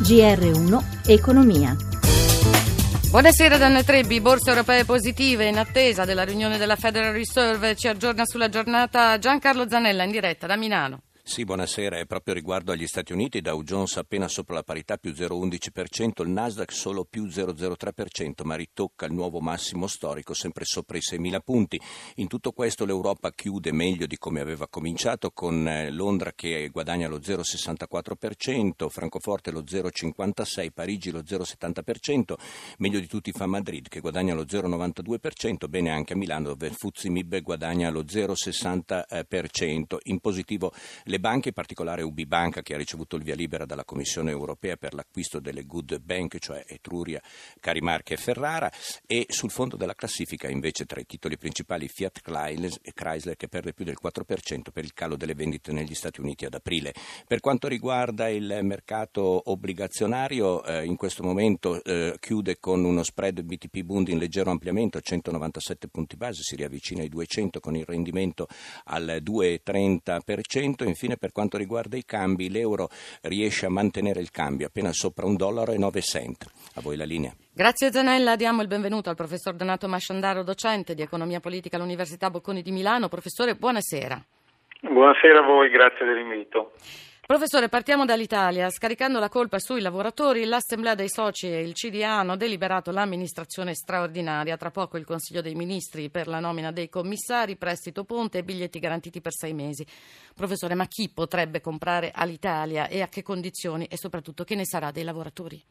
GR1 Economia. Buonasera Danna Trebbi, borse europee positive in attesa della riunione della Federal Reserve. Ci aggiorna sulla giornata Giancarlo Zanella in diretta da Milano. Sì, buonasera. E proprio riguardo agli Stati Uniti, Dow Jones appena sopra la parità più 0,11%, il Nasdaq solo più 0,03%, ma ritocca il nuovo massimo storico sempre sopra i 6.000 punti. In tutto questo l'Europa chiude meglio di come aveva cominciato, con Londra che guadagna lo 0,64%, Francoforte lo 0,56%, Parigi lo 0,70%, meglio di tutti fa Madrid che guadagna lo 0,92%, bene anche a Milano dove il FTSE MIB guadagna lo 0,60%. In positivo le banche, in particolare UBI Banca che ha ricevuto il via libera dalla Commissione europea per l'acquisto delle Good Bank, cioè Etruria, Carimarca e Ferrara, e sul fondo della classifica invece tra i titoli principali Fiat Chrysler che perde più del 4% per il calo delle vendite negli Stati Uniti ad aprile. Per quanto riguarda il mercato obbligazionario, in questo momento chiude con uno spread BTP Bund in leggero ampliamento a 197 punti base, si riavvicina ai 200 con il rendimento al 2,30%. Infine, per quanto riguarda i cambi, l'euro riesce a mantenere il cambio appena sopra $1,09. A voi la linea. Grazie Zanella, diamo il benvenuto al professor Donato Masciandaro, docente di economia politica all'Università Bocconi di Milano. Professore, buonasera. Buonasera a voi, grazie dell'invito. Professore, partiamo dall'Italia. Scaricando la colpa sui lavoratori, l'Assemblea dei Soci e il CDA hanno deliberato l'amministrazione straordinaria. Tra poco il Consiglio dei Ministri per la nomina dei commissari, prestito ponte e biglietti garantiti per 6 mesi. Professore, ma chi potrebbe comprare all'Italia e a che condizioni e soprattutto che ne sarà dei lavoratori?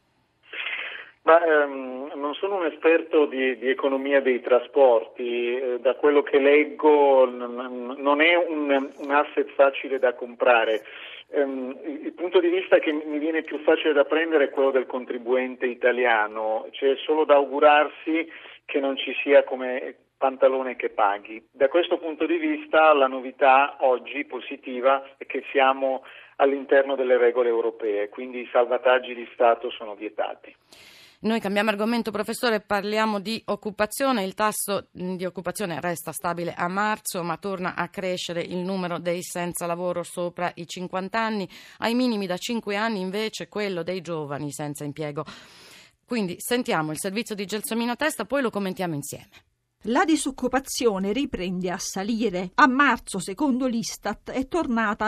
Non sono un esperto di economia dei trasporti, da quello che leggo non è un asset facile da comprare. Il punto di vista che mi viene più facile da prendere è quello del contribuente italiano, c'è solo da augurarsi che non ci sia come pantalone che paghi. Da questo punto di vista la novità oggi positiva è che siamo all'interno delle regole europee, quindi i salvataggi di Stato sono vietati. Noi cambiamo argomento, professore, parliamo di occupazione. Il tasso di occupazione resta stabile a marzo, ma torna a crescere il numero dei senza lavoro sopra i 50 anni. Ai minimi da 5 anni invece quello dei giovani senza impiego. Quindi sentiamo il servizio di Gelsomino Testa, poi lo commentiamo insieme. La disoccupazione riprende a salire. A marzo, secondo l'Istat, è tornata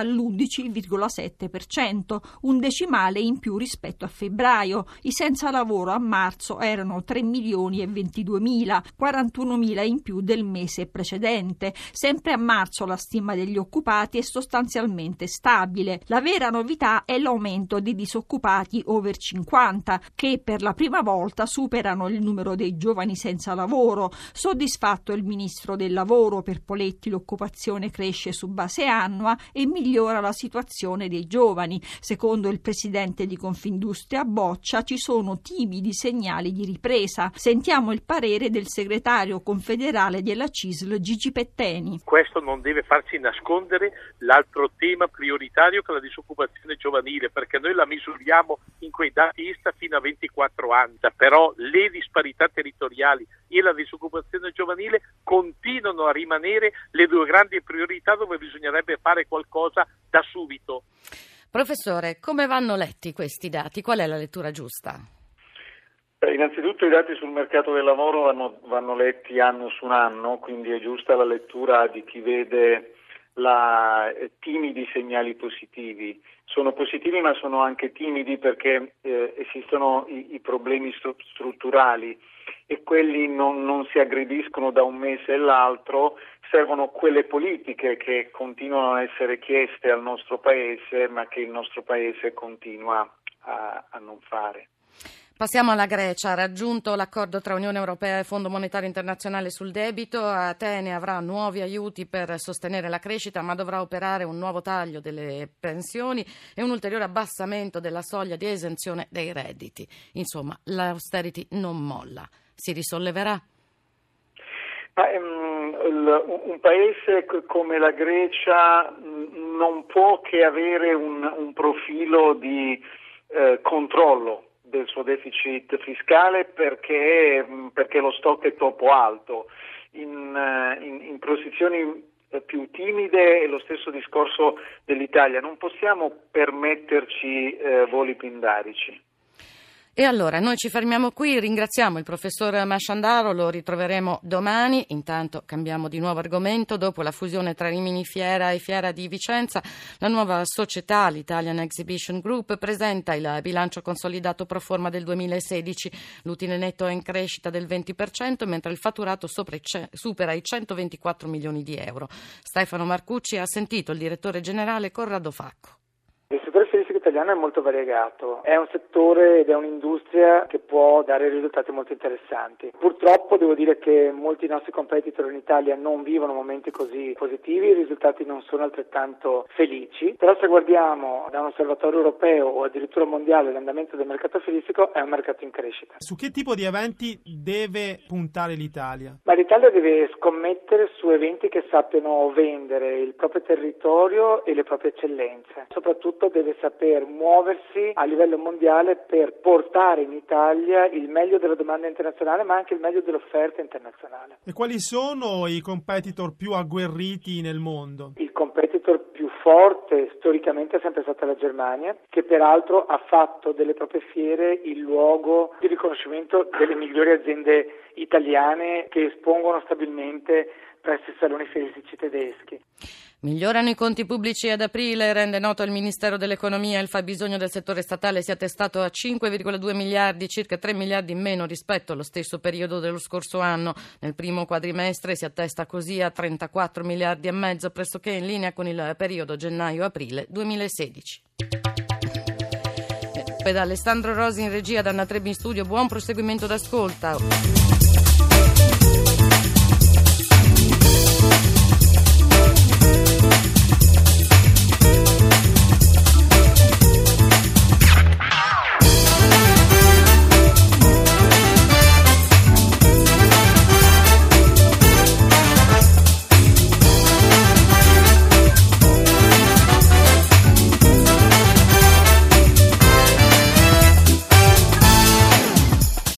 all'11,7%, un decimale in più rispetto a febbraio. I senza lavoro a marzo erano 3.022.000, 41.000 in più del mese precedente. Sempre a marzo la stima degli occupati è sostanzialmente stabile. La vera novità è l'aumento dei disoccupati over 50, che per la prima volta superano il numero dei giovani senza lavoro. Soddisfatto il ministro del lavoro, per Poletti l'occupazione cresce su base annua e migliora la situazione dei giovani. Secondo il presidente di Confindustria Boccia ci sono timidi segnali di ripresa. Sentiamo il parere del segretario confederale della CISL Gigi Petteni. Questo non deve farci nascondere l'altro tema prioritario che è la disoccupazione giovanile, perché noi la misuriamo in quei dati ISTA fino a 24 anni, però le disparità territoriali e la disoccupazione giovanile continuano a rimanere le due grandi priorità dove bisognerebbe fare qualcosa da subito. Professore, come vanno letti questi dati? Qual è la lettura giusta? Innanzitutto i dati sul mercato del lavoro vanno letti anno su anno, quindi è giusta la lettura di chi vede timidi segnali positivi. Sono positivi ma sono anche timidi perché esistono i problemi strutturali e quelli non si aggrediscono da un mese all'altro. Servono quelle politiche che continuano a essere chieste al nostro Paese ma che il nostro Paese continua a non fare. Passiamo alla Grecia. Ha raggiunto l'accordo tra Unione Europea e Fondo Monetario Internazionale sul debito. Atene avrà nuovi aiuti per sostenere la crescita, ma dovrà operare un nuovo taglio delle pensioni e un ulteriore abbassamento della soglia di esenzione dei redditi. Insomma, l'austerity non molla. Si risolleverà? Un paese come la Grecia non può che avere un profilo di controllo del suo deficit fiscale perché lo stock è troppo alto. In posizioni più timide è lo stesso discorso dell'Italia, non possiamo permetterci voli pindarici. E allora noi ci fermiamo qui, ringraziamo il professor Masciandaro, lo ritroveremo domani. Intanto cambiamo di nuovo argomento. Dopo la fusione tra Rimini Fiera e Fiera di Vicenza, la nuova società, l'Italian Exhibition Group, presenta il bilancio consolidato pro forma del 2016. L'utile netto è in crescita del 20%, mentre il fatturato supera i 124 milioni di euro. Stefano Marcucci ha sentito il direttore generale Corrado Facco. Il settore fieristico italiano è molto variegato, è un settore ed è un'industria che può dare risultati molto interessanti. Purtroppo devo dire che molti nostri competitor in Italia non vivono momenti così positivi, i risultati non sono altrettanto felici, però se guardiamo da un osservatorio europeo o addirittura mondiale l'andamento del mercato fieristico è un mercato in crescita. Su che tipo di eventi deve puntare l'Italia? Ma l'Italia deve scommettere su eventi che sappiano vendere il proprio territorio e le proprie eccellenze, soprattutto deve saper muoversi a livello mondiale per portare in Italia il meglio della domanda internazionale ma anche il meglio dell'offerta internazionale. E quali sono i competitor più agguerriti nel mondo? Il competitor più forte storicamente è sempre stata la Germania, che peraltro ha fatto delle proprie fiere il luogo di riconoscimento delle migliori aziende italiane che espongono stabilmente presso i saloni fieristici tedeschi. Migliorano i conti pubblici ad aprile, rende noto il Ministero dell'Economia. Il fabbisogno del settore statale si è attestato a 5,2 miliardi, circa 3 miliardi in meno rispetto allo stesso periodo dello scorso anno. Nel primo quadrimestre si attesta così a 34 miliardi e mezzo, pressoché in linea con il periodo gennaio-aprile 2016. Da Alessandro Rosi in regia, da Anna Trebbi in studio, buon proseguimento d'ascolto.